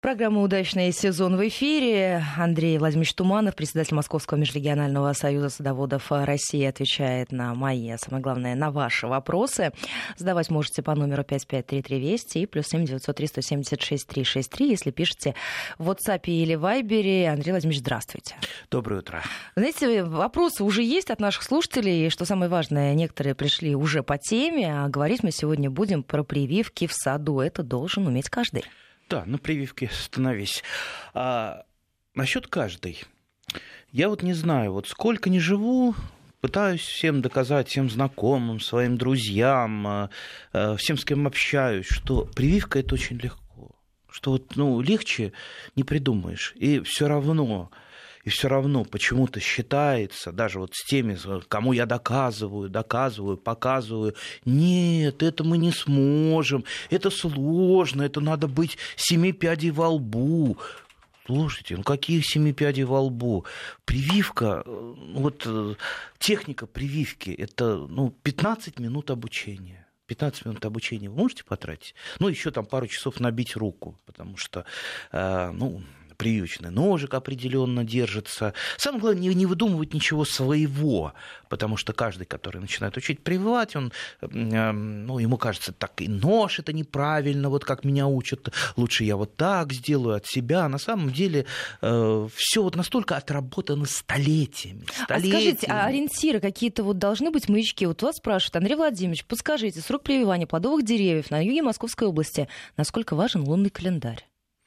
Программа «Удачный сезон» в эфире. Андрей Владимирович Туманов, председатель Московского межрегионального союза садоводов России, отвечает на мои, а самое главное, на ваши вопросы. Задавать можете по номеру 553320 и +7 903 176 363, если пишете в WhatsApp или Viber. Андрей Владимирович, здравствуйте. Доброе утро. Знаете, вопросы уже есть от наших слушателей, и, что самое важное, некоторые пришли уже по теме, а говорить мы сегодня будем про прививки в саду. Это должен уметь каждый. Да, на прививке становись. Насчет каждой. Я вот не знаю, вот сколько не живу, пытаюсь всем доказать, всем знакомым, своим друзьям, всем, с кем общаюсь, что прививка — это очень легко. Что вот, легче не придумаешь. И все равно почему-то считается, даже вот с теми, кому я доказываю, показываю, нет, это мы не сможем, это сложно, это надо быть 7 пядей во лбу. Слушайте, какие 7 пядей во лбу? Прививка, техника прививки, это 15 минут обучения. 15 минут обучения вы можете потратить? Еще там пару часов набить руку, потому что, прививочный ножик определенно держится. Самое главное, не выдумывать ничего своего, потому что каждый, который начинает учить прививать, ему кажется, так и нож это неправильно, вот как меня учат, лучше я вот так сделаю от себя. На самом деле все вот настолько отработано столетиями. А скажите, ориентиры какие-то должны быть, маячки? Вот вас спрашивают, Андрей Владимирович, подскажите, срок прививания плодовых деревьев на юге Московской области, насколько важен лунный календарь?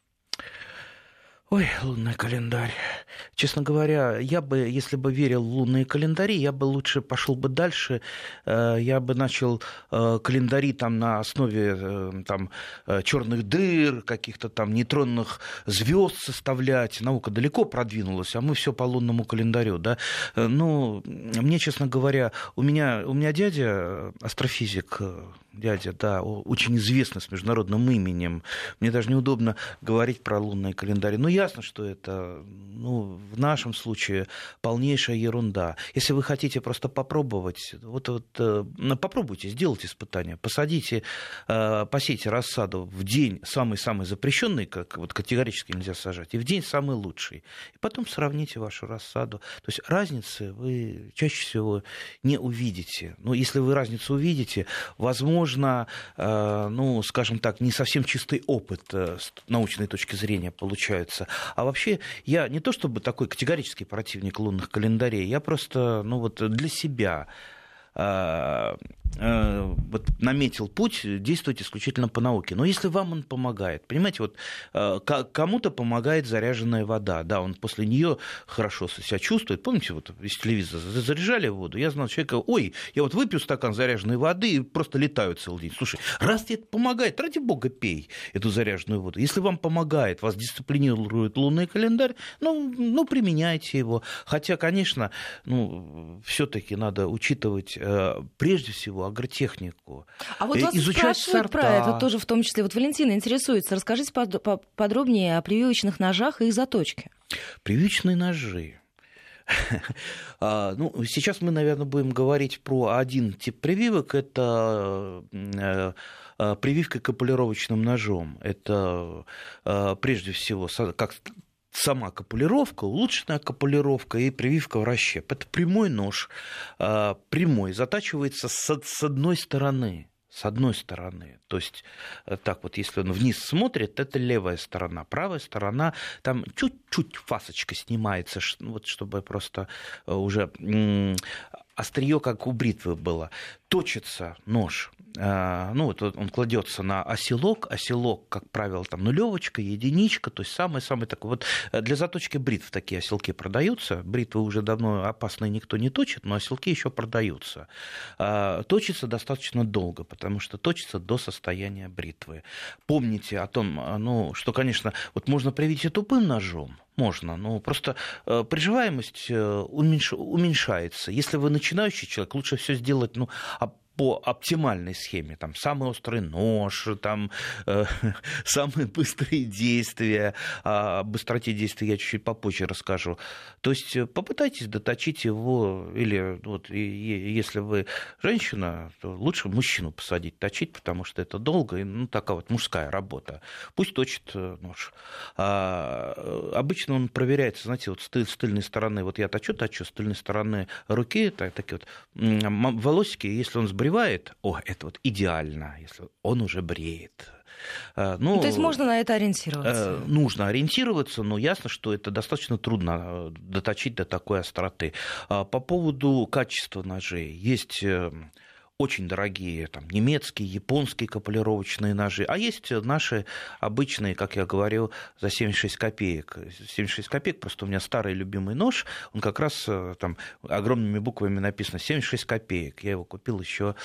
Ой, лунный календарь. Честно говоря, если бы верил в лунные календари, я бы лучше пошел бы дальше. Я бы начал календари на основе черных дыр, каких-то нейтронных звезд составлять. Наука далеко продвинулась, а мы все по лунному календарю. Да? Мне, честно говоря, у меня дядя, астрофизик, очень известный с международным именем. Мне даже неудобно говорить про лунные календари. Ясно, что это, в нашем случае полнейшая ерунда. Если вы хотите просто попробовать, попробуйте, сделайте испытание. Посейте рассаду в день самый-самый запрещенный, как категорически нельзя сажать, и в день самый лучший. И потом сравните вашу рассаду. То есть разницы вы чаще всего не увидите. Если вы разницу увидите, возможно, скажем так, не совсем чистый опыт с научной точки зрения получается. А вообще, я не то чтобы такой категорический противник лунных календарей, я просто для себя наметил путь действовать исключительно по науке. Но если вам он помогает, понимаете, кому-то помогает заряженная вода, да, он после нее хорошо себя чувствует. Помните, из телевизора заряжали воду, я знал человека, я выпью стакан заряженной воды и просто летаю целый день. Слушай, раз тебе это помогает, ради бога, пей эту заряженную воду. Если вам помогает, вас дисциплинирует лунный календарь, применяйте его. Хотя, конечно, все-таки надо учитывать прежде всего агротехнику. А вас изучать спрашивают сорта. Про это тоже, в том числе. Валентина интересуется. Расскажите подробнее о прививочных ножах и их заточке. Прививочные ножи. Сейчас мы, наверное, будем говорить про один тип прививок. Это прививка копулировочным ножом. Это прежде всего как сама копулировка, улучшенная копулировка и прививка в расщеп. Это прямой нож, прямой, затачивается с одной стороны. С одной стороны. То есть, если он вниз смотрит, это левая сторона. Правая сторона, там чуть-чуть фасочка снимается, чтобы просто уже острие, как у бритвы было. Точится нож. Он кладется на оселок. Оселок, как правило, нулевочка, единичка. То есть самый-самый такой. Для заточки бритв такие оселки продаются. Бритвы уже давно опасные никто не точит, но оселки еще продаются. Точится достаточно долго, потому что точится до состояния бритвы. Помните о том, что, конечно, можно привить и тупым ножом. Можно, но просто приживаемость уменьшается. Если вы начинающий человек, лучше все сделать по оптимальной схеме, там, самый острый нож, там, самые быстрые действия, о быстроте действий я чуть-чуть попозже расскажу. То есть попытайтесь доточить его, или вот, если вы женщина, то лучше мужчину посадить точить, потому что это долго, и, ну, такая вот мужская работа. Пусть точит нож. Обычно он проверяется, знаете, вот с тыльной стороны, вот я точу с тыльной стороны руки, такие вот волосики, если он сбривает, это вот идеально, если он уже бреет. Ну, то есть можно на это ориентироваться? Нужно ориентироваться, но ясно, что это достаточно трудно доточить до такой остроты. По поводу качества ножей. Есть очень дорогие там, немецкие, японские каполировочные ножи, а есть наши обычные, как я говорил, за 76 копеек. 76 копеек, просто у меня старый любимый нож, он как раз там огромными буквами написано 76 копеек. Я его купил еще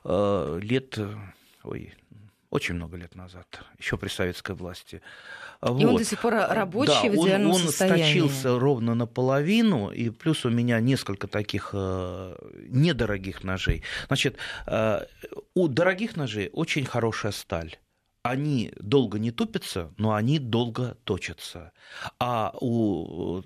очень много лет назад, еще при советской власти. И он до сих пор рабочий, в идеальном состоянии. Он сточился ровно наполовину, и плюс у меня несколько таких недорогих ножей. Значит, у дорогих ножей очень хорошая сталь. Они долго не тупятся, но они долго точатся. А у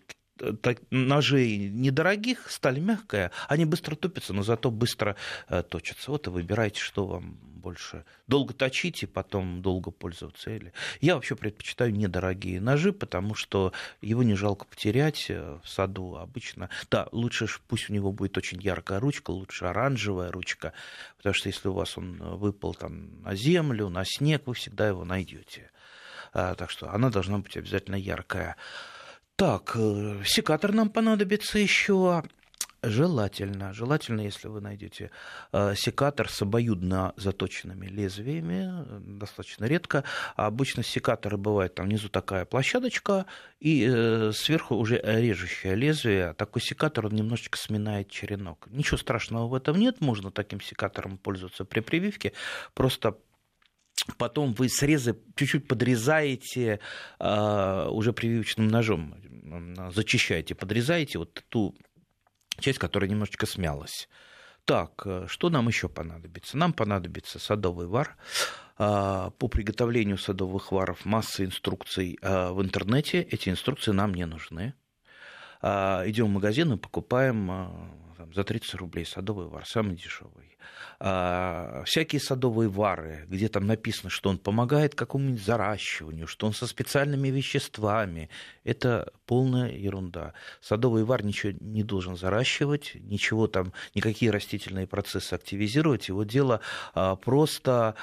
ножей недорогих, сталь мягкая, они быстро тупятся, но зато быстро точатся. Вот и выбирайте, что вам больше. Долго точить и потом долго пользоваться. Я вообще предпочитаю недорогие ножи, потому что его не жалко потерять в саду обычно. Да, лучше пусть у него будет очень яркая ручка, лучше оранжевая ручка, потому что если у вас он выпал там на землю, на снег, вы всегда его найдете. Так что она должна быть обязательно яркая. Так, секатор нам понадобится еще. Желательно, если вы найдете секатор с обоюдно заточенными лезвиями, достаточно редко. А обычно секаторы бывают, там внизу такая площадочка, и сверху уже режущее лезвие. Такой секатор, он немножечко сминает черенок. Ничего страшного в этом нет, можно таким секатором пользоваться при прививке, просто потом вы срезы чуть-чуть подрезаете уже прививочным ножом, зачищаете, подрезаете вот ту часть, которая немножечко смялась. Так, что нам еще понадобится? Нам понадобится садовый вар. По приготовлению садовых варов масса инструкций в интернете. Эти инструкции нам не нужны. Идем в магазин и покупаем за 30 рублей садовый вар, самый дешевый. Всякие садовые вары, где там написано, что он помогает какому-нибудь заращиванию, что он со специальными веществами, это полная ерунда. Садовый вар ничего не должен заращивать, ничего там, никакие растительные процессы активизировать. Его дело просто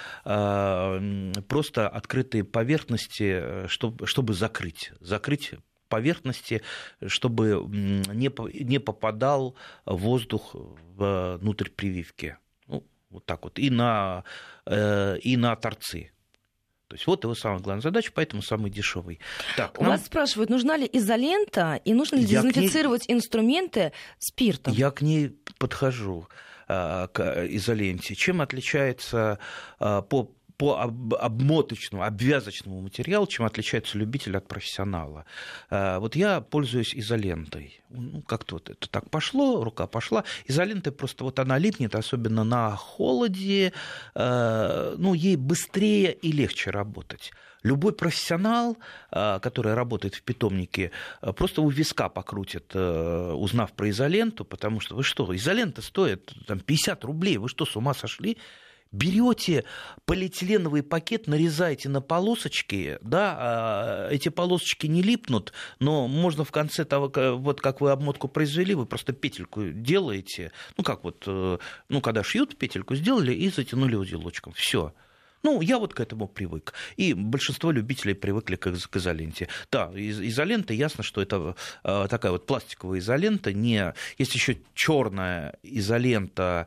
открытые поверхности, чтобы закрыть поверхности, чтобы не попадал воздух внутрь прививки. Ну, вот так вот. И на торцы. То есть вот его самая главная задача, поэтому самый дешевый. У вас спрашивают, нужна ли изолента и нужно ли дезинфицировать инструменты спиртом? Я к ней подхожу, к изоленте. Чем отличается по обмоточному, обвязочному материалу, чем отличается любитель от профессионала. Вот я пользуюсь изолентой. Ну, как-то вот это так пошло, рука пошла. Изолента просто вот она липнет, особенно на холоде, ей быстрее и легче работать. Любой профессионал, который работает в питомнике, просто у виска покрутит, узнав про изоленту, потому что вы что, изолента стоит там, 50 рублей, вы что, с ума сошли? Берете полиэтиленовый пакет, нарезаете на полосочки, да, эти полосочки не липнут, но можно в конце того, вот как вы обмотку произвели, вы просто петельку делаете, когда шьют, петельку сделали и затянули узелочком, все. Я вот к этому привык. И большинство любителей привыкли к изоленте. Да, изолента, ясно, что это такая вот пластиковая изолента. Есть еще черная изолента,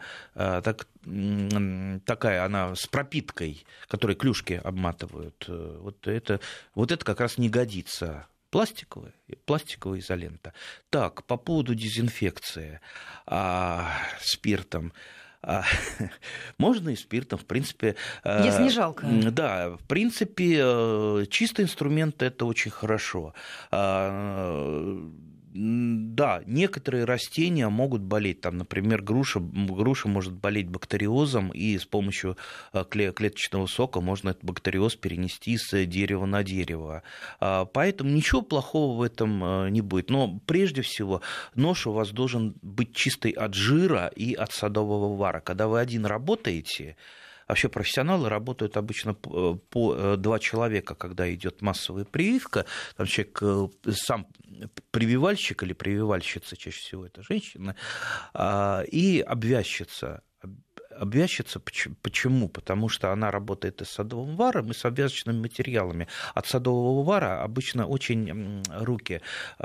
такая она с пропиткой, которой клюшки обматывают. Вот это как раз не годится. Пластиковая изолента. Так, по поводу дезинфекции спиртом. Можно и спиртом, в принципе. Если не жалко. Да, в принципе, чистый инструмент – это очень хорошо. Да, некоторые растения могут болеть. Там, например, груша может болеть бактериозом, и с помощью клеточного сока можно этот бактериоз перенести с дерева на дерево. Поэтому ничего плохого в этом не будет. Но прежде всего нож у вас должен быть чистый от жира и от садового вара. Когда вы один работаете, вообще профессионалы работают обычно по 2 человека, когда идет массовая прививка. Там человек сам прививальщик или прививальщица, чаще всего это женщина, и обвязчица. Обвязчица почему? Потому что она работает и с садовым варом, и с обвязочными материалами. От садового вара обычно очень руки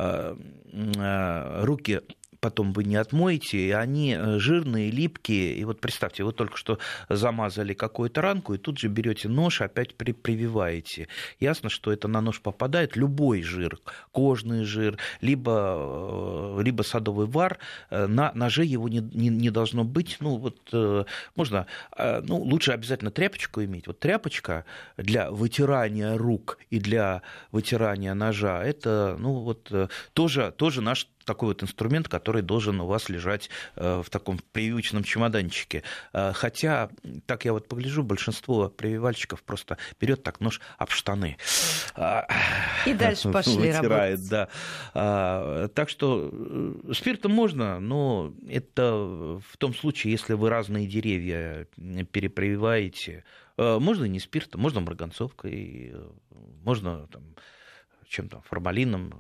потом вы не отмоете, и они жирные, липкие. И вот представьте, вы только что замазали какую-то ранку, и тут же берете нож, опять прививаете. Ясно, что это на нож попадает любой жир, кожный жир, либо садовый вар. На ноже его не должно быть. Можно, лучше обязательно тряпочку иметь. Вот тряпочка для вытирания рук и для вытирания ножа, это тоже наш такой вот инструмент, который должен у вас лежать в таком прививочном чемоданчике. Хотя, так я вот погляжу, большинство прививальщиков просто берет так нож об штаны. И дальше пошли вытирает, работать. Да. Так что спиртом можно, но это в том случае, если вы разные деревья перепрививаете. Можно и не спиртом, можно марганцовкой, можно чем-то, формалином,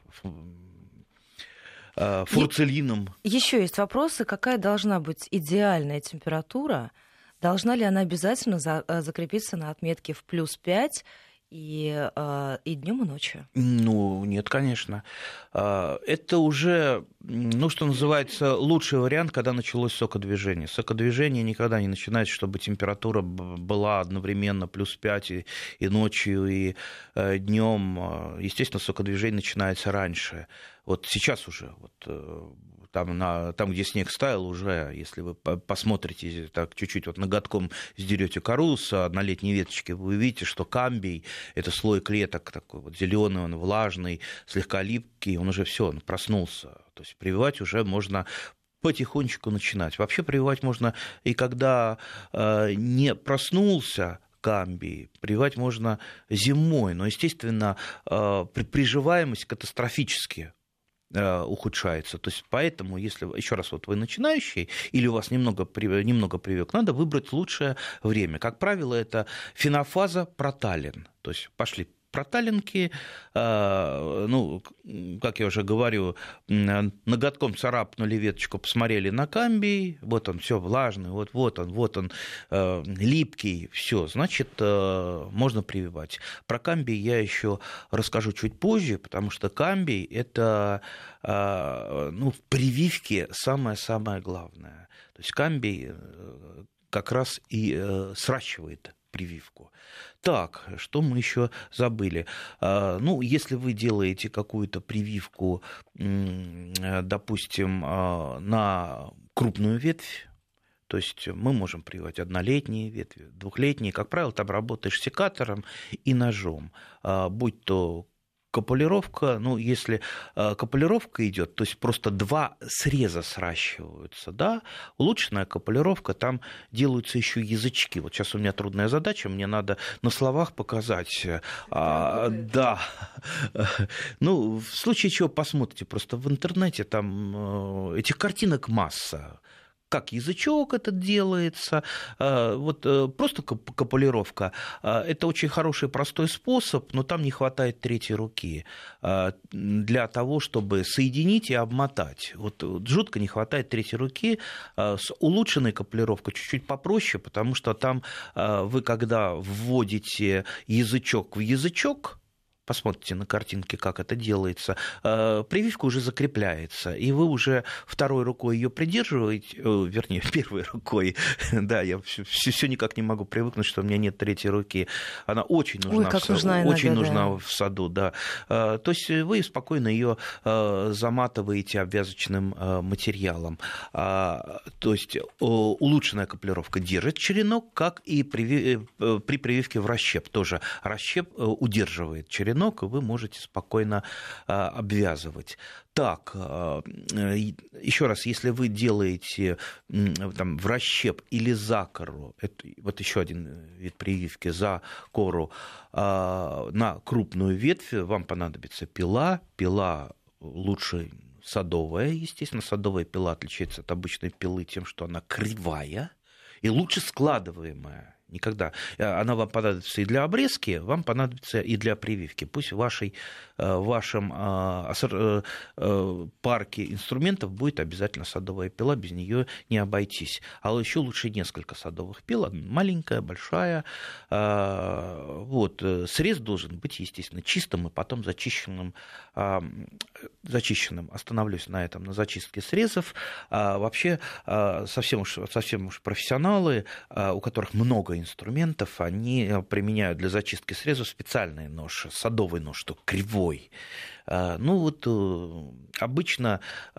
фурцелином. Еще есть вопросы, какая должна быть идеальная температура? Должна ли она обязательно закрепиться на отметке в +5 и днем, и ночью? Нет, конечно. Это уже, что называется, лучший вариант, когда началось сокодвижение. Сокодвижение никогда не начинается, чтобы температура была одновременно +5 и ночью, и днем. Естественно, сокодвижение начинается раньше. Вот сейчас уже, там, где снег стаял, уже, если вы посмотрите, так чуть-чуть ноготком сдерете кору с однолетней веточки, вы увидите, что камбий – это слой клеток такой зеленый, он влажный, слегка липкий, он уже все, он проснулся. То есть прививать уже можно потихонечку начинать. Вообще прививать можно и когда не проснулся камбий, прививать можно зимой, но, естественно, приживаемость катастрофически ухудшается. То есть поэтому, если, еще раз, вы начинающий или у вас немного прививок, надо выбрать лучшее время. Как правило, это фенофаза, проталин. То есть пошли проталинки, как я уже говорю, ноготком царапнули веточку, посмотрели на камбий, вот он все влажный, вот он липкий, все, значит, можно прививать. Про камбий я еще расскажу чуть позже, потому что камбий – это в прививке самое-самое главное. То есть камбий как раз и сращивает прививку. Так, что мы еще забыли? Если вы делаете какую-то прививку, допустим, на крупную ветвь, то есть мы можем прививать однолетние ветви, двухлетние, как правило, там работаешь секатором и ножом, будь то копулировка, если копулировка идет, то есть просто 2 среза сращиваются, да, улучшенная копулировка, там делаются еще язычки. Вот сейчас у меня трудная задача, мне надо на словах показать. Да. В случае чего посмотрите, просто в интернете там этих картинок масса. Как язычок это делается, просто копулировка. Это очень хороший, простой способ, но там не хватает 3-й руки для того, чтобы соединить и обмотать. Жутко не хватает 3-й руки. С улучшенной копулировкой чуть-чуть попроще, потому что там вы, когда вводите язычок в язычок, посмотрите на картинке, как это делается, прививка уже закрепляется, и вы уже 2-й рукой ее придерживаете, вернее, 1-й рукой, да, я все никак не могу привыкнуть, что у меня нет 3-й руки, она очень нужна в саду, да. То есть вы спокойно ее заматываете обвязочным материалом. То есть улучшенная копулировка держит черенок, как и при прививке в расщеп тоже. Расщеп удерживает черенок. черенок, и вы можете спокойно обвязывать. Так, еще раз, если вы делаете там, в расщеп или за кору, это вот еще один вид прививки, за кору на крупную ветвь, вам понадобится пила лучше садовая, естественно, садовая пила отличается от обычной пилы тем, что она кривая и лучше складываемая. Никогда. Она вам понадобится и для обрезки, вам понадобится и для прививки. Пусть в вашем парке инструментов будет обязательно садовая пила, без нее не обойтись. А еще лучше несколько садовых пил, маленькая, большая. Вот. Срез должен быть, естественно, чистым и потом зачищенным. Остановлюсь на этом, на зачистке срезов. Вообще, совсем уж профессионалы, у которых много инструментов, они применяют для зачистки срезов специальный нож, садовый нож, только кривой. Ну вот обычно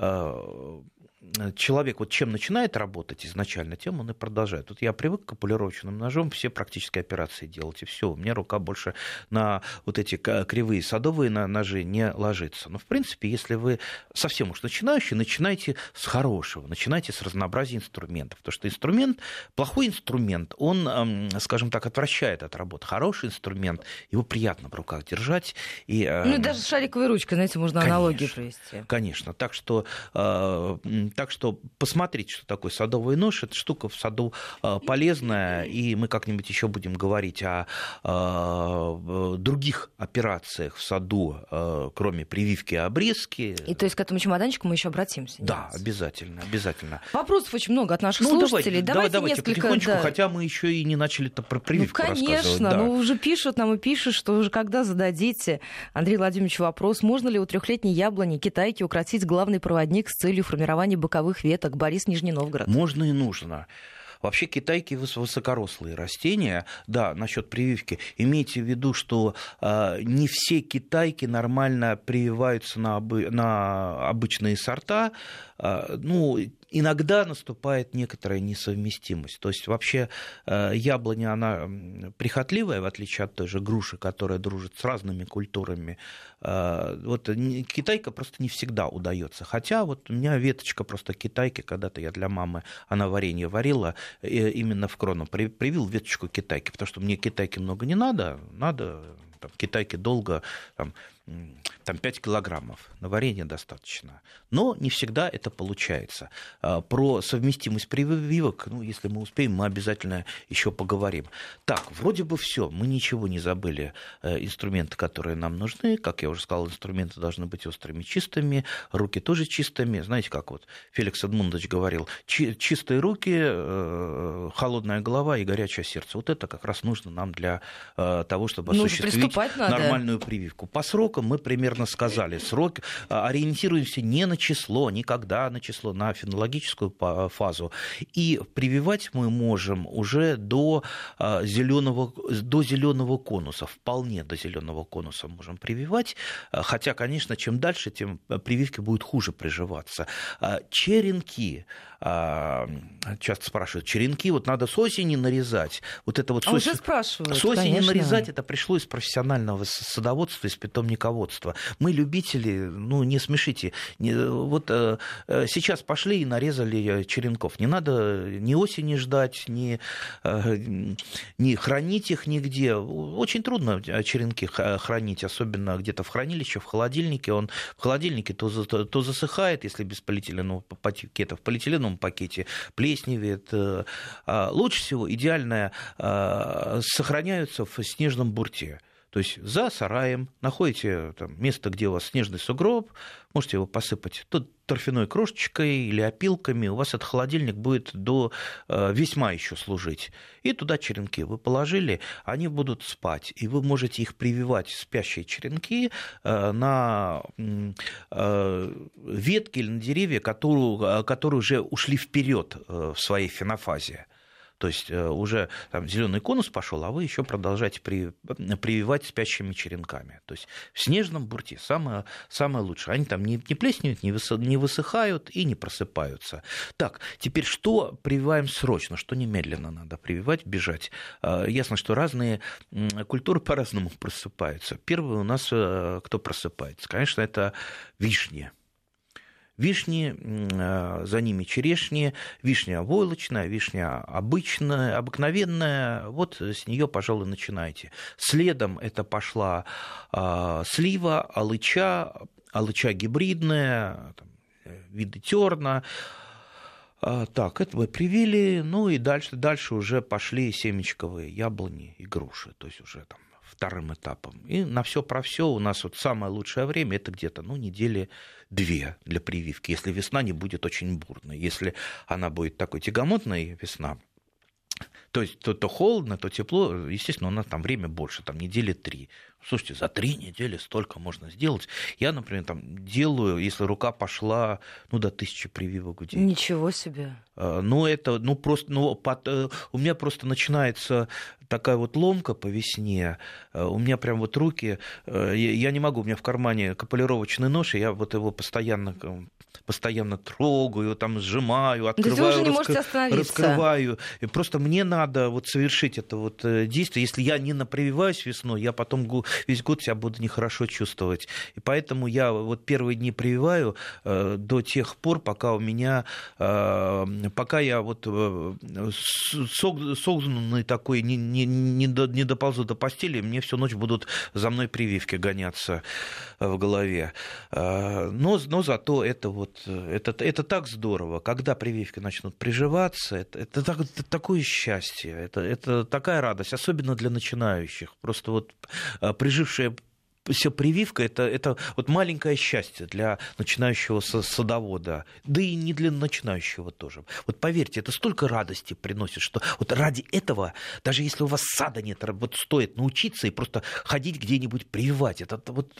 человек вот чем начинает работать изначально, тем он и продолжает. Вот я привык к полировочным ножом все практически операции делать, и все. У меня рука больше на вот эти кривые садовые ножи не ложится. Но, в принципе, если вы совсем уж начинающий, начинайте с хорошего, начинайте с разнообразия инструментов. Потому что плохой инструмент, он, скажем так, отвращает от работы. Хороший инструмент, его приятно в руках держать. И даже с шариковой ручкой, знаете, можно аналогии провести. Конечно. Так что посмотрите, что такое садовый нож. Эта штука в саду полезная, и мы как-нибудь еще будем говорить о других операциях в саду, кроме прививки и обрезки. И то есть к этому чемоданчику мы еще обратимся? Да, обязательно. Вопросов очень много от наших слушателей. Давайте несколько, потихонечку, хотя мы еще и не начали-то про прививку рассказывать. Конечно, уже пишут нам и пишут, что уже когда зададите, Андрей Владимирович, вопрос, можно ли у трехлетней яблони китайки укротить главный проводник с целью формирования боковых веток? Борис, Нижний Новгород. Можно и нужно. Вообще китайки высокорослые растения. Да, насчет прививки. Имейте в виду, что не все китайки нормально прививаются на обычные сорта. Иногда наступает некоторая несовместимость. То есть вообще яблоня, она прихотливая, в отличие от той же груши, которая дружит с разными культурами. Вот китайка просто не всегда удается. Хотя вот у меня веточка просто китайки, когда-то я для мамы, она варенье варила, именно в крону привил веточку китайки, потому что мне китайки много не надо, китайки долго, 5 килограммов на варенье достаточно. Но не всегда это получается. Про совместимость прививок, если мы успеем, мы обязательно еще поговорим. Так, вроде бы все, мы ничего не забыли. Инструменты, которые нам нужны, как я уже сказал, инструменты должны быть острыми, чистыми, руки тоже чистыми. Знаете, как вот Феликс Эдмундович говорил, чистые руки, холодная голова и горячее сердце. Вот это как раз нужно нам для того, чтобы осуществить нормальную прививку. По срокам мы примерно сказали. Срок ориентируемся не на число, никогда на число, на фенологическую фазу. И прививать мы можем уже до зеленого конуса, вполне до зеленого конуса можем прививать. Хотя, конечно, чем дальше, тем прививки будут хуже приживаться. Черенки, часто спрашивают, черенки вот надо с осени нарезать. Вот это вот уже спрашивают, с осени конечно. нарезать, это пришло из профессионального садоводства, из питомниководства. Мы любители, не смешите. Вот сейчас пошли и нарезали черенков. Не надо ни осени ждать, ни хранить их нигде. Очень трудно черенки хранить, особенно где-то в хранилище, в холодильнике. Он в холодильнике то засыхает, если без полиэтиленового пакета, в полиэтиленовом пакете плесневеет. Лучше всего, идеально сохраняются в снежном бурте. То есть за сараем находите место, где у вас снежный сугроб, можете его посыпать торфяной крошечкой или опилками, у вас этот холодильник будет весьма еще служить. И туда черенки вы положили, они будут спать, и вы можете их прививать, спящие черенки, на ветки или на деревья, которые уже ушли вперед в своей фенофазе. То есть уже там зеленый конус пошел, а вы еще продолжаете прививать спящими черенками. То есть в снежном бурте самое лучшее. Они там не плеснеют, не высыхают и не просыпаются. Так, теперь что прививаем срочно, что немедленно надо прививать, бежать? Ясно, что разные культуры по-разному просыпаются. Первый у нас кто просыпается? Конечно, это вишни. Вишни, за ними черешни, вишня войлочная, вишня обыкновенная, вот с нее, пожалуй, начинайте. Следом это пошла слива, алыча гибридная, там, виды терна. Так, это мы привили, ну и дальше уже пошли семечковые яблони и груши, то есть уже там вторым этапом. И на все про все у нас вот самое лучшее время это где-то недели 2 для прививки, если весна не будет очень бурной. Если она будет такой тягомотной весна, то есть то холодно, то тепло, естественно, у нас там время больше, там недели 3. Слушайте, за 3 недели столько можно сделать. Я, например, там делаю, если рука пошла, до 1000 прививок в день. Ничего себе. У меня просто начинается такая вот ломка по весне. У меня прям вот руки, я не могу, у меня в кармане полировочный нож, и я вот его постоянно трогаю, там сжимаю, открываю, раскрываю. И просто мне надо вот совершить это вот действие. Если я не напрививаюсь весной, я потом весь год себя буду нехорошо чувствовать. И поэтому я вот первые дни прививаю до тех пор, пока я вот согнанный такой, не доползу до постели, мне всю ночь будут за мной прививки гоняться в голове. Но зато это так здорово, когда прививки начнут приживаться, это такое счастье, это такая радость, особенно для начинающих. Просто вот прижившая прививка это вот маленькое счастье для начинающего садовода, да и не для начинающего тоже. Вот поверьте, это столько радости приносит, что вот ради этого, даже если у вас сада нет, вот стоит научиться и просто ходить где-нибудь прививать. Это вот,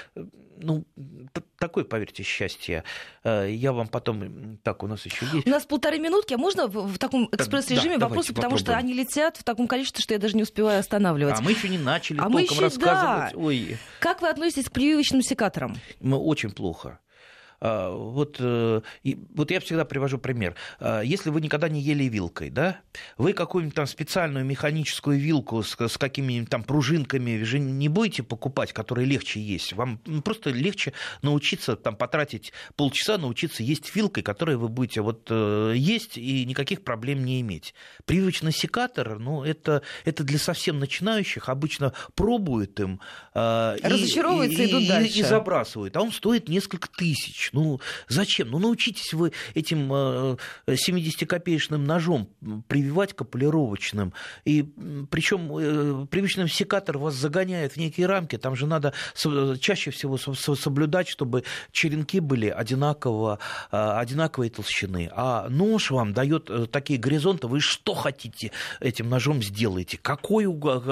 такое, поверьте, счастье. Я вам потом... Так, у нас еще есть. У нас 1,5 минутки, а можно в таком экспресс-режиме вопросы, потому что они летят в таком количестве, что я даже не успеваю останавливать. А мы еще не начали толком рассказывать. Да. Ой. Как вы относитесь к прививочным секаторам? Мы очень плохо. Вот я всегда привожу пример. Если вы никогда не ели вилкой, да, вы какую-нибудь там специальную механическую вилку с какими-нибудь там пружинками же не будете покупать, которые легче есть. Вам просто легче научиться, там, потратить полчаса, научиться есть вилкой, которой вы будете есть и никаких проблем не иметь. Прививочный секатор, это для совсем начинающих, обычно пробуют им разочаровываются, идут дальше. И забрасывают. А он стоит несколько тысяч. Зачем? Научитесь вы этим 70-копеечным ножом прививать полировочным. И причем прививочный секатор вас загоняет в некие рамки. Там же надо чаще всего соблюдать, чтобы черенки были одинаковой толщины. А нож вам дает такие горизонты. Вы что хотите этим ножом сделаете? Какую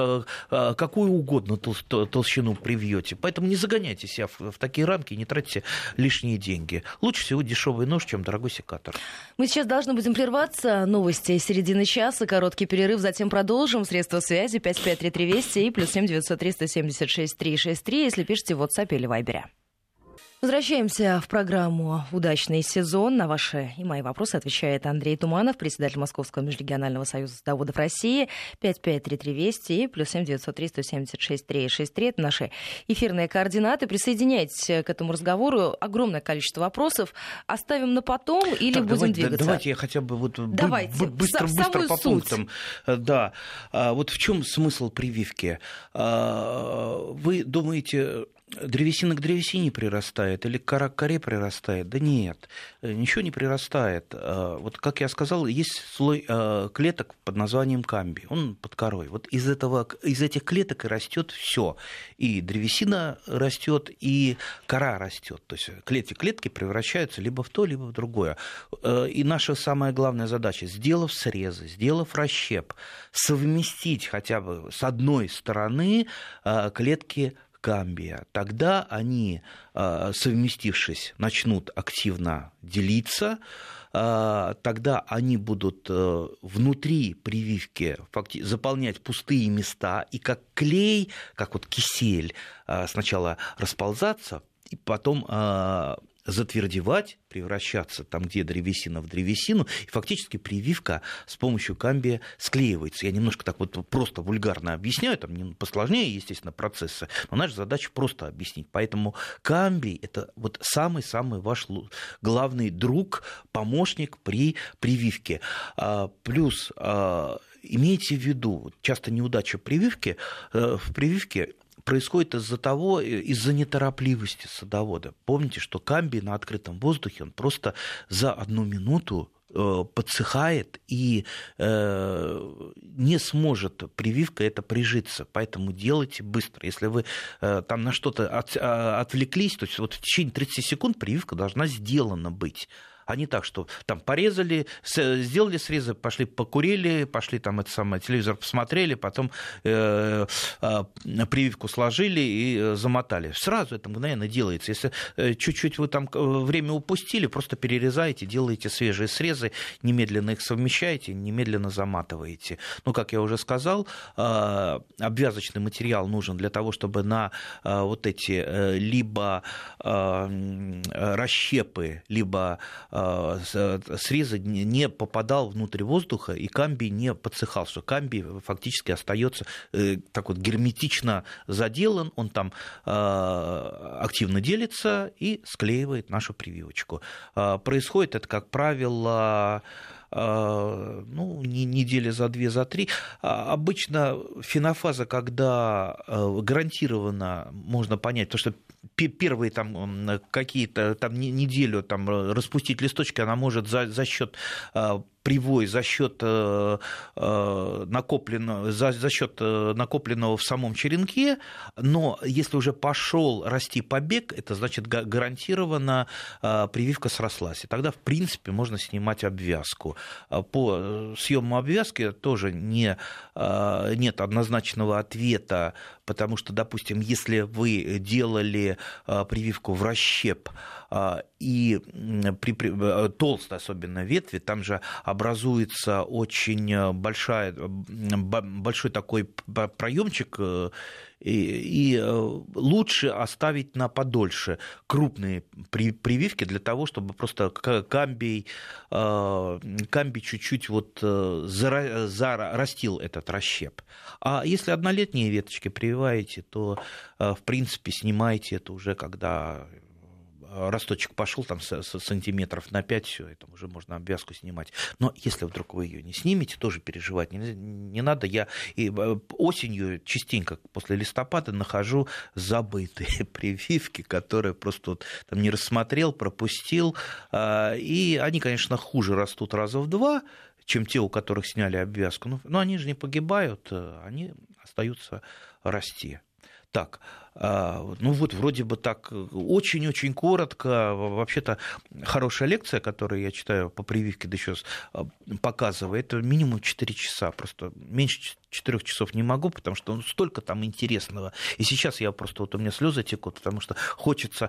угодно толщину привьете. Поэтому не загоняйте себя в такие рамки, не тратьте лишние деньги. Лучше всего дешевый нож, чем дорогой секатор. Мы сейчас должны будем прерваться. Новости середины часа, короткий перерыв, затем продолжим. Средства связи 553320 и +7 903 176 363, если пишете в WhatsApp или Viber. Возвращаемся в программу «Удачный сезон». На ваши и мои вопросы отвечает Андрей Туманов, председатель Московского межрегионального союза садоводов России. 553320 и +7 903 176 363. Это наши эфирные координаты. Присоединяйтесь к этому разговору. Огромное количество вопросов. Оставим на потом или будем двигаться? Давайте я хотя бы быстро по пунктам. Да. Вот в чем смысл прививки? Вы думаете... Древесина к древесине прирастает или кора к коре прирастает? Да нет, ничего не прирастает. Вот, как я сказал, есть слой клеток под названием камбий, он под корой. Вот из этих клеток и растет все. И древесина растет, и кора растет. То есть клетки превращаются либо в то, либо в другое. И наша самая главная задача, сделав срезы, сделав расщеп, совместить хотя бы с одной стороны клетки камбия, тогда они, совместившись, начнут активно делиться, тогда они будут внутри прививки заполнять пустые места, и как клей, как вот кисель, сначала расползаться, и потом затвердевать, превращаться там, где древесина, в древесину, и фактически прививка с помощью камбия склеивается. Я немножко так вот просто вульгарно объясняю, там посложнее, естественно, процессы, но наша задача просто объяснить. Поэтому камбий – это вот самый-самый ваш главный друг, помощник при прививке. Плюс имейте в виду, часто неудача в прививке происходит из-за неторопливости садовода. Помните, что камбий на открытом воздухе, он просто за 1 минуту подсыхает, и не сможет прививка это прижиться. Поэтому делайте быстро. Если вы там на что-то отвлеклись, то есть вот в течение 30 секунд прививка должна сделана быть. А не так, что там порезали, сделали срезы, пошли покурили, пошли там телевизор посмотрели, потом прививку сложили и замотали. Сразу это мгновенно делается. Если чуть-чуть вы там время упустили, просто перерезаете, делаете свежие срезы, немедленно их совмещаете, немедленно заматываете. Ну, как я уже сказал, обвязочный материал нужен для того, чтобы на вот эти либо расщепы, либо срезы не попадал внутрь воздуха, и камбий не подсыхал, что камбий фактически остается так вот герметично заделан, он там активно делится и склеивает нашу прививочку. Происходит это, как правило, недели за 2, за 3. Обычно фенофаза, когда гарантированно можно понять, потому что первые там какие-то там неделю там распустить листочки, она может за счет привой, за счет накопленного в самом черенке, но если уже пошел расти побег, это значит гарантированно прививка срослась. И тогда, в принципе, можно снимать обвязку. По съему обвязки тоже нет однозначного ответа, потому что, допустим, если вы делали прививку в расщеп, и при толстой особенно ветви, там же образуется очень большой такой проемчик, и лучше оставить на подольше крупные прививки для того, чтобы просто камбий чуть-чуть вот зарастил этот расщеп. А если однолетние веточки прививаете, то, в принципе, снимаете это уже, когда росточек пошел там сантиметров на 5, все, это уже можно обвязку снимать. Но если вдруг вы ее не снимете, тоже переживать не надо. Я осенью частенько после листопада нахожу забытые прививки, которые просто вот, там, не рассмотрел, пропустил. И они, конечно, хуже растут раза в 2, чем те, у которых сняли обвязку. Но они же не погибают, они остаются расти. Так, вот вроде бы так очень-очень коротко. Вообще-то хорошая лекция, которую я читаю по прививке, да еще показывает, это минимум 4 часа. Просто меньше 4 часов не могу, потому что столько там интересного. И сейчас я просто, вот у меня слезы текут, потому что хочется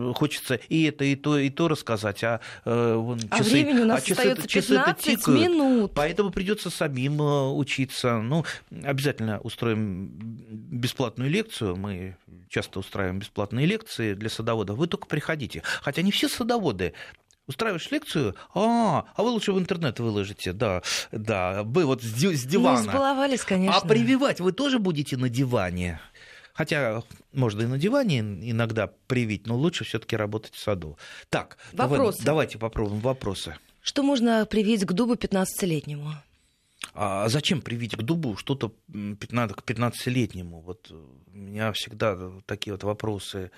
и это, и то рассказать. Часы, времени у нас остается 15 минут. Поэтому придется самим учиться. Обязательно устроим бесплатную лекцию. Мы часто устраиваем бесплатные лекции для садоводов. Вы только приходите. Хотя не все садоводы. Устраиваешь лекцию, а вы лучше в интернет выложите, да, вы вот с дивана. Мы избаловались, конечно. А прививать вы тоже будете на диване. Хотя можно и на диване иногда привить, но лучше все-таки работать в саду. Так, давайте попробуем вопросы. Что можно привить к дубу 15-летнему? А зачем привить к дубу что-то к 15-летнему? Вот у меня всегда такие вот вопросы.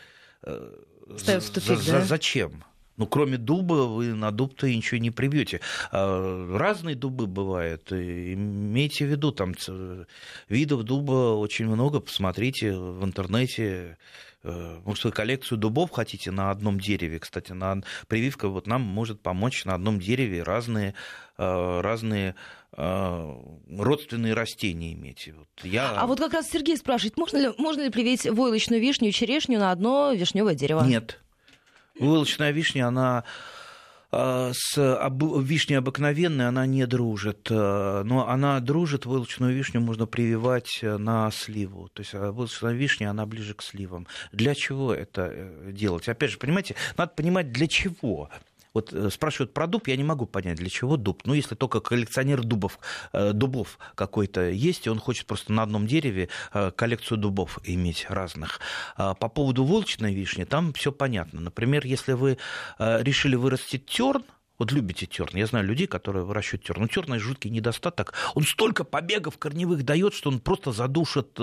Ставят в тупик, да? Зачем? Кроме дуба, вы на дуб-то ничего не прибьете. Разные дубы бывают. Имейте в виду, там видов дуба очень много. Посмотрите в интернете. Может, вы коллекцию дубов хотите на одном дереве. Кстати, прививка вот нам может помочь на одном дереве разные родственные растения иметь. А вот как раз Сергей спрашивает, можно ли привить войлочную вишню и черешню на одно вишневое дерево? Нет. Войлочная вишня, она с вишней обыкновенной она не дружит, но она дружит, войлочную вишню можно прививать на сливу. То есть войлочная вишня, она ближе к сливам. Для чего это делать? Опять же, понимаете, надо понимать, для чего. Вот спрашивают про дуб, я не могу понять, для чего дуб. Ну, если только коллекционер дубов какой-то есть, и он хочет просто на одном дереве коллекцию дубов иметь разных. По поводу войлочной вишни, там все понятно. Например, если вы решили вырастить терн, вот любите терн. Я знаю людей, которые выращивают терн. Но терна жуткий недостаток. Он столько побегов корневых дает, что он просто задушит,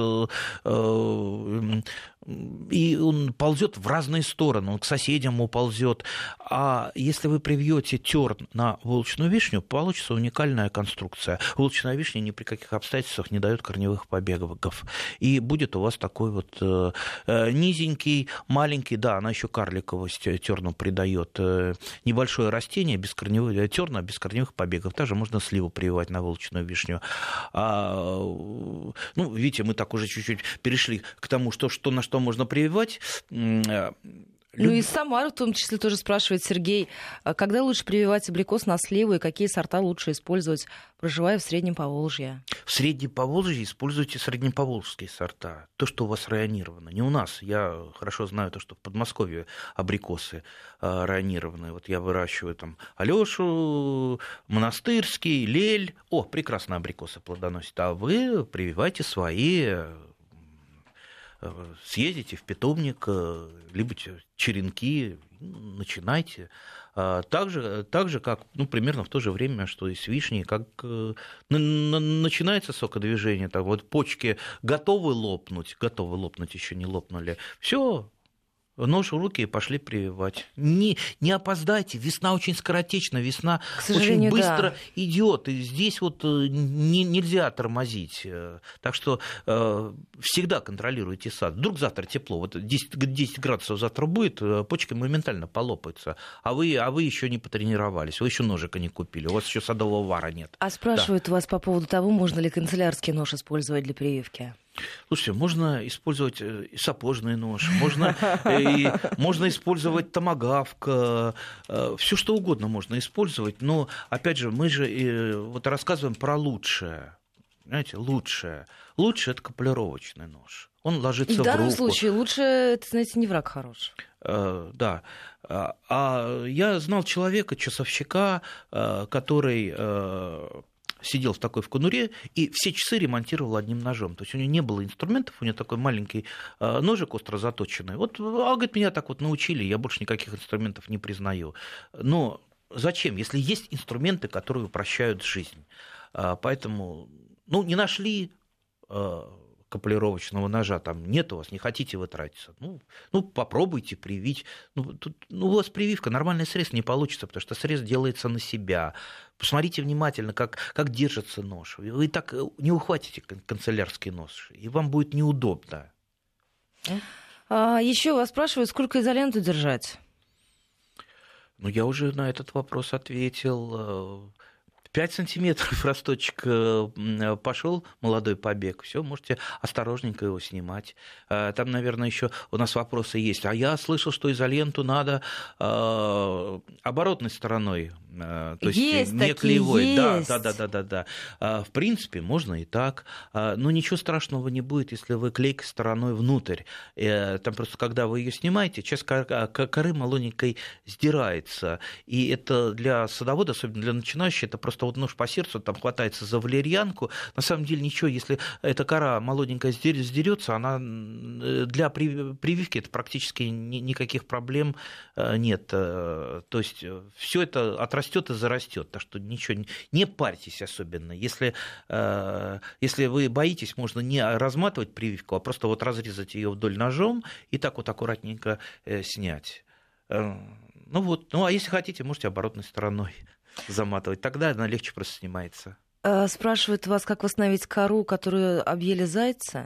и он ползет в разные стороны, он к соседям уползет. А если вы привьете терн на войлочную вишню, получится уникальная конструкция. Войлочная вишня ни при каких обстоятельствах не дает корневых побегов. И будет у вас такой вот низенький, маленький, да, она еще карликовость терну придает, небольшое растение, терна без корневых побегов. Также можно сливу прививать на войлочную вишню. Ну, видите, мы так уже чуть-чуть перешли к тому, на что можно прививать. Ну и Самара в том числе тоже спрашивает Сергей, когда лучше прививать абрикос на сливу и какие сорта лучше использовать, проживая в Среднем Поволжье? В Среднем Поволжье используйте среднеповолжские сорта, то, что у вас районировано. Не у нас, я хорошо знаю то, что в Подмосковье абрикосы районированы. Вот я выращиваю там Алёшу, Монастырский, Лель. О, прекрасно абрикосы плодоносят. А вы прививайте свои, съездите в питомник, либо черенки, начинайте. Так же, как примерно в то же время, что и с вишней, как начинается сокодвижение, так вот почки готовы лопнуть, еще не лопнули. Все. Нож в руки и пошли прививать. Не опоздайте, весна очень скоротечна, весна очень быстро идет, и здесь вот нельзя тормозить. Так что всегда контролируйте сад. Вдруг завтра тепло, вот 10 градусов завтра будет, почки моментально полопаются, а вы еще не потренировались, вы еще ножика не купили, у вас еще садового вара нет. А спрашивают вас по поводу того, можно ли канцелярский нож использовать для прививки? Слушайте, можно использовать и сапожный нож, можно использовать томагавк, все что угодно можно использовать, но, опять же, мы же вот рассказываем про лучшее. Знаете, лучшее. Лучше это каплировочный нож. Он ложится в руку. В данном случае лучше, это, знаете, не враг хороший. Да. А я знал человека, часовщика, который сидел в такой конуре и все часы ремонтировал одним ножом. То есть у него не было инструментов, у него такой маленький ножик остро заточенный. Вот, говорит, меня так вот научили, я больше никаких инструментов не признаю. Но зачем, если есть инструменты, которые упрощают жизнь? Поэтому, не нашли каплировочного ножа, там нет у вас, не хотите вы тратиться. Попробуйте привить. У вас прививка, нормальный срез не получится, потому что срез делается на себя. Посмотрите внимательно, как держится нож. Вы так не ухватите канцелярский нож, и вам будет неудобно. Еще вас спрашивают, сколько изоленту держать? Я уже на этот вопрос ответил. 5 сантиметров росточек пошел, молодой побег, все, можете осторожненько его снимать. Там, наверное, еще у нас вопросы есть. А я слышал, что изоленту надо оборотной стороной, то есть не клеевой. Да. В принципе, можно и так, но ничего страшного не будет, если вы клейкой стороной внутрь. Там просто, когда вы ее снимаете, часть коры молоденькой сдирается. И это для садовода, особенно для начинающих, это просто вот нож по сердцу, там хватается за валерьянку. На самом деле ничего, если эта кора молоденькая сдерется, она для прививки это практически никаких проблем нет. То есть все это отрастет и зарастет. Так что ничего, не парьтесь особенно. Если вы боитесь, можно не разматывать прививку, а просто вот разрезать ее вдоль ножом и так вот аккуратненько снять. А если хотите, можете оборотной стороной заматывать. Тогда она легче просто снимается. Спрашивают вас, как восстановить кору, которую объели зайцы?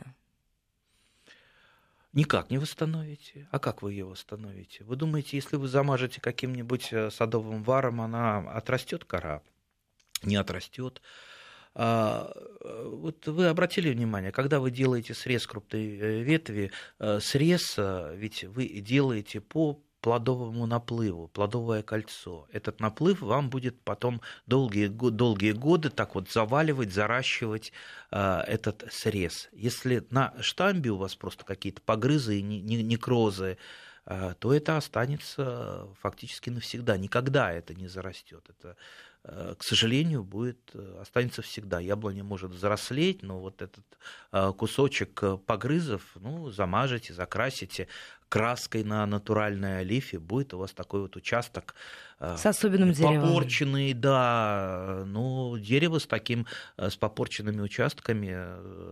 Никак не восстановите. А как вы ее восстановите? Вы думаете, если вы замажете каким-нибудь садовым варом, она отрастет кора? Не отрастет. Вот вы обратили внимание, когда вы делаете срез крупной ветви, срез ведь вы делаете по плодовому наплыву, плодовое кольцо. Этот наплыв вам будет потом долгие годы так вот заваливать, заращивать этот срез. Если на штамбе у вас просто какие-то погрызы и некрозы, то это останется фактически навсегда. Никогда это не зарастет. Это, к сожалению, останется всегда. Яблоня может взрослеть, но вот этот кусочек погрызов, замажете, закрасите краской на натуральной олифе, будет у вас такой вот участок с особенным деревом. Попорченный, да, но дерево с попорченными участками,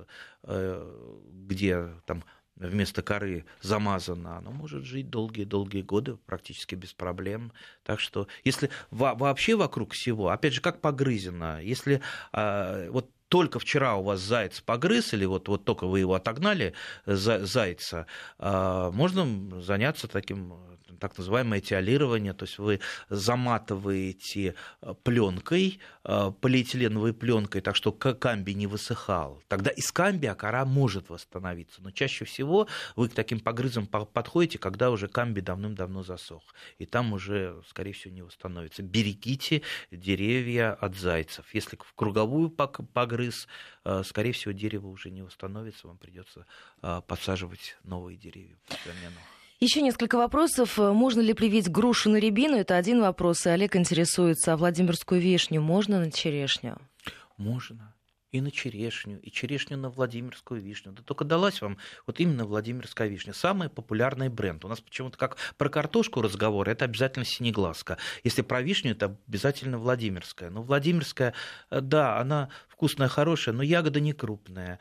где там вместо коры замазано, оно может жить долгие-долгие годы практически без проблем. Так что, если вообще вокруг всего, опять же, как погрызено, если вот только вчера у вас заяц погрыз, или вот только вы его отогнали, зайца, можно заняться таким, так называемое этиолирование, то есть вы заматываете пленкой, полиэтиленовой пленкой, так что камбий не высыхал. Тогда из камбия кора может восстановиться, но чаще всего вы к таким погрызам подходите, когда уже камбий давным-давно засох, и там уже, скорее всего, не восстановится. Берегите деревья от зайцев. Если в круговую погрыз, скорее всего, дерево уже не восстановится, вам придется подсаживать новые деревья по замену. Еще несколько вопросов. Можно ли привить грушу на рябину? Это один вопрос. И Олег интересуется, а Владимирскую вишню можно на черешню? Можно. И на черешню, и черешню на Владимирскую вишню. Да только далась вам вот именно Владимирская вишня. Самый популярный бренд. У нас почему-то как про картошку разговор, это обязательно синеглазка. Если про вишню, это обязательно Владимирская. Но Владимирская, да, она вкусная, хорошая, но ягода не крупная.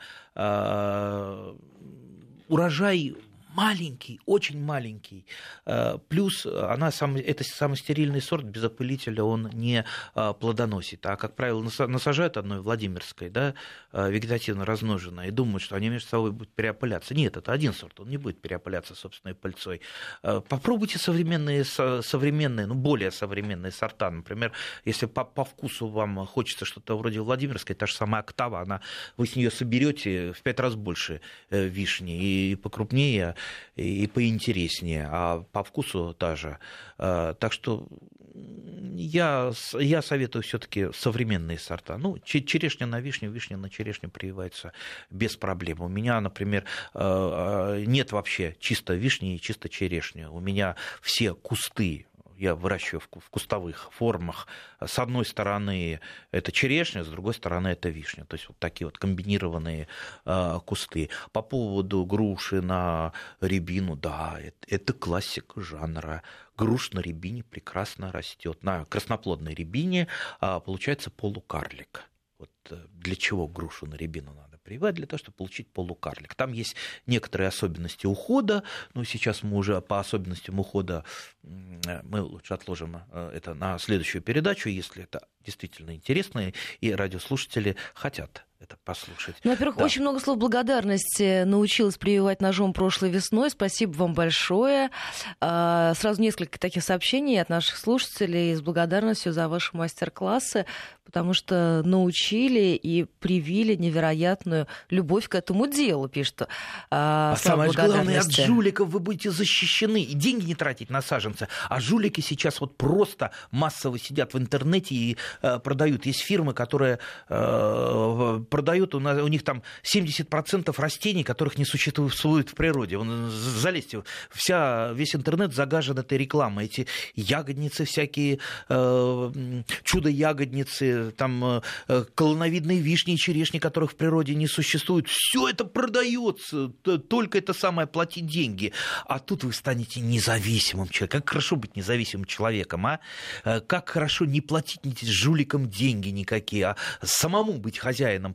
Урожай маленький, очень маленький. Плюс это самый стерильный сорт, без опылителя он не плодоносит. А, как правило, насажают одной Владимирской, да, вегетативно размноженной, и думают, что они между собой будут переопыляться. Нет, это один сорт, он не будет переопыляться собственной пыльцой. Попробуйте современные, более современные сорта. Например, если по вкусу вам хочется что-то вроде Владимирской, та же самая октава, вы с нее соберете в 5 раз больше вишни и покрупнее, и поинтереснее, а по вкусу та же. Так что я советую все-таки современные сорта. Черешня на вишню, вишня на черешню прививается без проблем. У меня, например, нет вообще чисто вишни и чисто черешни. У меня все кусты я выращиваю в кустовых формах. С одной стороны это черешня, с другой стороны это вишня. То есть вот такие вот комбинированные кусты. По поводу груши на рябину, да, это классика жанра. Груша на рябине прекрасно растет. На красноплодной рябине получается полукарлик. Вот для чего грушу на рябину надо прививать? Для того, чтобы получить полукарлик. Там есть некоторые особенности ухода, но сейчас мы уже по особенностям ухода мы лучше отложим это на следующую передачу, если это действительно интересно, и радиослушатели хотят это послушать. Во-первых, да. Очень много слов благодарности научилась прививать ножом прошлой весной. Спасибо вам большое. Сразу несколько таких сообщений от наших слушателей с благодарностью за ваши мастер-классы, потому что научили и привили невероятную любовь к этому делу, пишет. Самое главное, от жуликов вы будете защищены. И деньги не тратить на саженцы. А жулики сейчас вот просто массово сидят в интернете и продают. Есть фирмы, которые продают, у них там 70% растений, которых не существует в природе. Залезьте, весь интернет загажен этой рекламой. Эти ягодницы всякие, чудо-ягодницы, там колоновидные вишни и черешни, которых в природе не существует. Все это продается, только это самое платить деньги. А тут вы станете независимым человеком. Как хорошо быть независимым человеком, а? Как хорошо не платить жуликам деньги никакие, а самому быть хозяином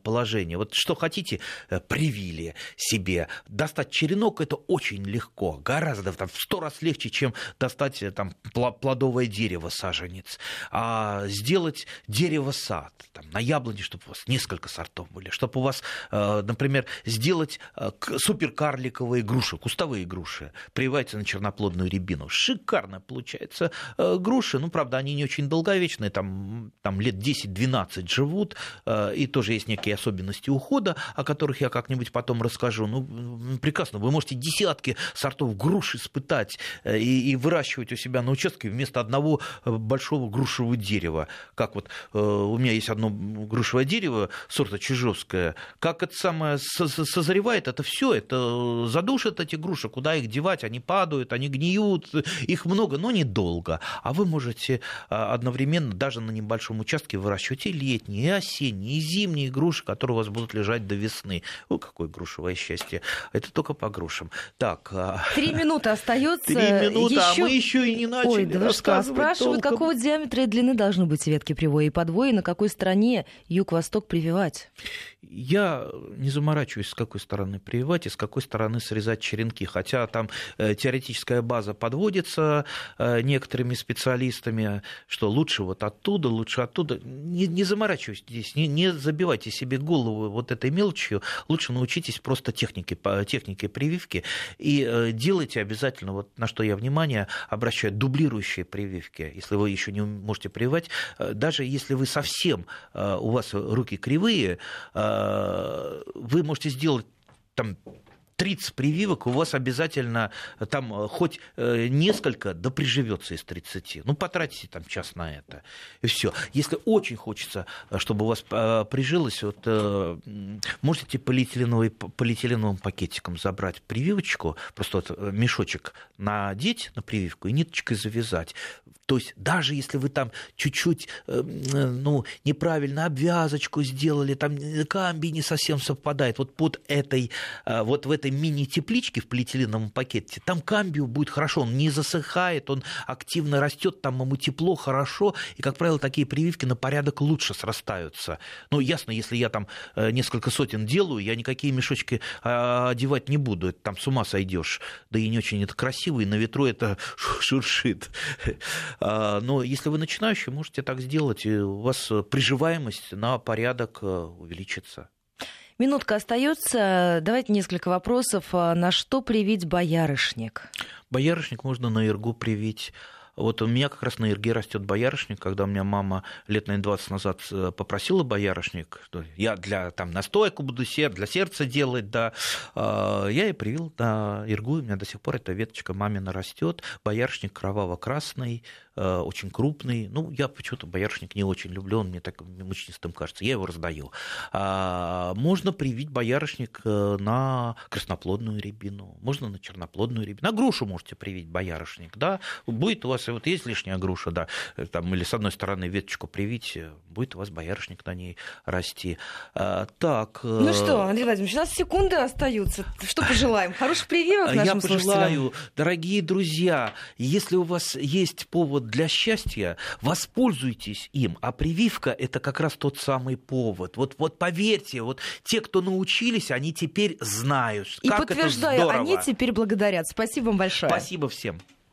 положение. Вот что хотите, привили себе. Достать черенок — это очень легко, гораздо в 100 раз легче, чем достать там плодовое дерево, саженец. А сделать дерево-сад, там, на яблоне, чтобы у вас несколько сортов были, чтобы у вас, например, сделать суперкарликовые груши, кустовые груши, прививаются на черноплодную рябину. Шикарно получается груши, ну, правда, они не очень долговечные, там лет 10-12 живут, и тоже есть некие особенности ухода, о которых я как-нибудь потом расскажу. Ну, прекрасно, вы можете десятки сортов груш испытать и выращивать у себя на участке вместо одного большого грушевого дерева. Как вот у меня есть одно грушевое дерево сорта чижовское, как это самое созревает, это все, это задушит эти груши, куда их девать, они падают, они гниют, их много, но недолго. А вы можете одновременно даже на небольшом участке выращивать и летние, и осенние, и зимние груши, которые у вас будут лежать до весны. Ой, какое грушевое счастье. Это только по грушам. Так. 3 минуты остается. 3 минуты, а мы еще и не начали. Ой, да рассказывать. Спрашивают, толком. Какого диаметра и длины должны быть ветки привоя и подвоя, и на какой стороне юг-восток прививать? Я не заморачиваюсь, с какой стороны прививать и с какой стороны срезать черенки, хотя там теоретическая база подводится некоторыми специалистами, что лучше вот оттуда, лучше оттуда. Не заморачивайтесь здесь, не забивайте себе голову вот этой мелочью, лучше научитесь просто технике прививки и делайте обязательно, вот на что я внимание обращаю, дублирующие прививки, если вы еще не можете прививать, даже если вы совсем, у вас руки кривые, вы можете сделать там 30 прививок, у вас обязательно там хоть несколько, да приживется из 30. Ну, потратите там час на это, и все. Если очень хочется, чтобы у вас прижилось, вот, можете полиэтиленовым пакетиком забрать прививочку, просто вот мешочек надеть на прививку и ниточкой завязать. То есть даже если вы там чуть-чуть неправильно обвязочку сделали, там камбий не совсем совпадает, вот под этой, вот в этой мини-тепличке в полиэтиленовом пакете, там камбию будет хорошо, он не засыхает, он активно растет, там ему тепло, хорошо, и, как правило, такие прививки на порядок лучше срастаются. Ну, ясно, если я там несколько сотен делаю, я никакие мешочки одевать не буду, это там с ума сойдешь, да и не очень это красиво, и на ветру это шуршит. Но если вы начинающий, можете так сделать, и у вас приживаемость на порядок увеличится. Минутка остается. Давайте несколько вопросов. На что привить боярышник? Боярышник можно на иргу привить. Вот у меня как раз на ирге растет боярышник, когда у меня мама лет, наверное, 20 назад попросила боярышник, что я для там, настойку буду для сердца делать, да, я ей привил на иргу, у меня до сих пор эта веточка мамина растет, боярышник кроваво-красный, очень крупный, ну, я почему-то боярышник не очень люблю, он мне так мучнистым кажется, я его раздаю. Можно привить боярышник на красноплодную рябину, можно на черноплодную рябину, на грушу можете привить боярышник, да, будет у вас, вот есть лишняя груша, да, там, или с одной стороны веточку привить, будет у вас боярышник на ней расти. Так. Ну что, Андрей Владимирович, у нас секунды остаются. Что пожелаем? Хороших прививок нашим слушателям. Я пожелаю, дорогие друзья, если у вас есть повод для счастья, воспользуйтесь им, а прививка – это как раз тот самый повод. Вот поверьте, вот те, кто научились, они теперь знают, как это здорово. И подтверждаю, они теперь благодарят. Спасибо вам большое. Спасибо всем.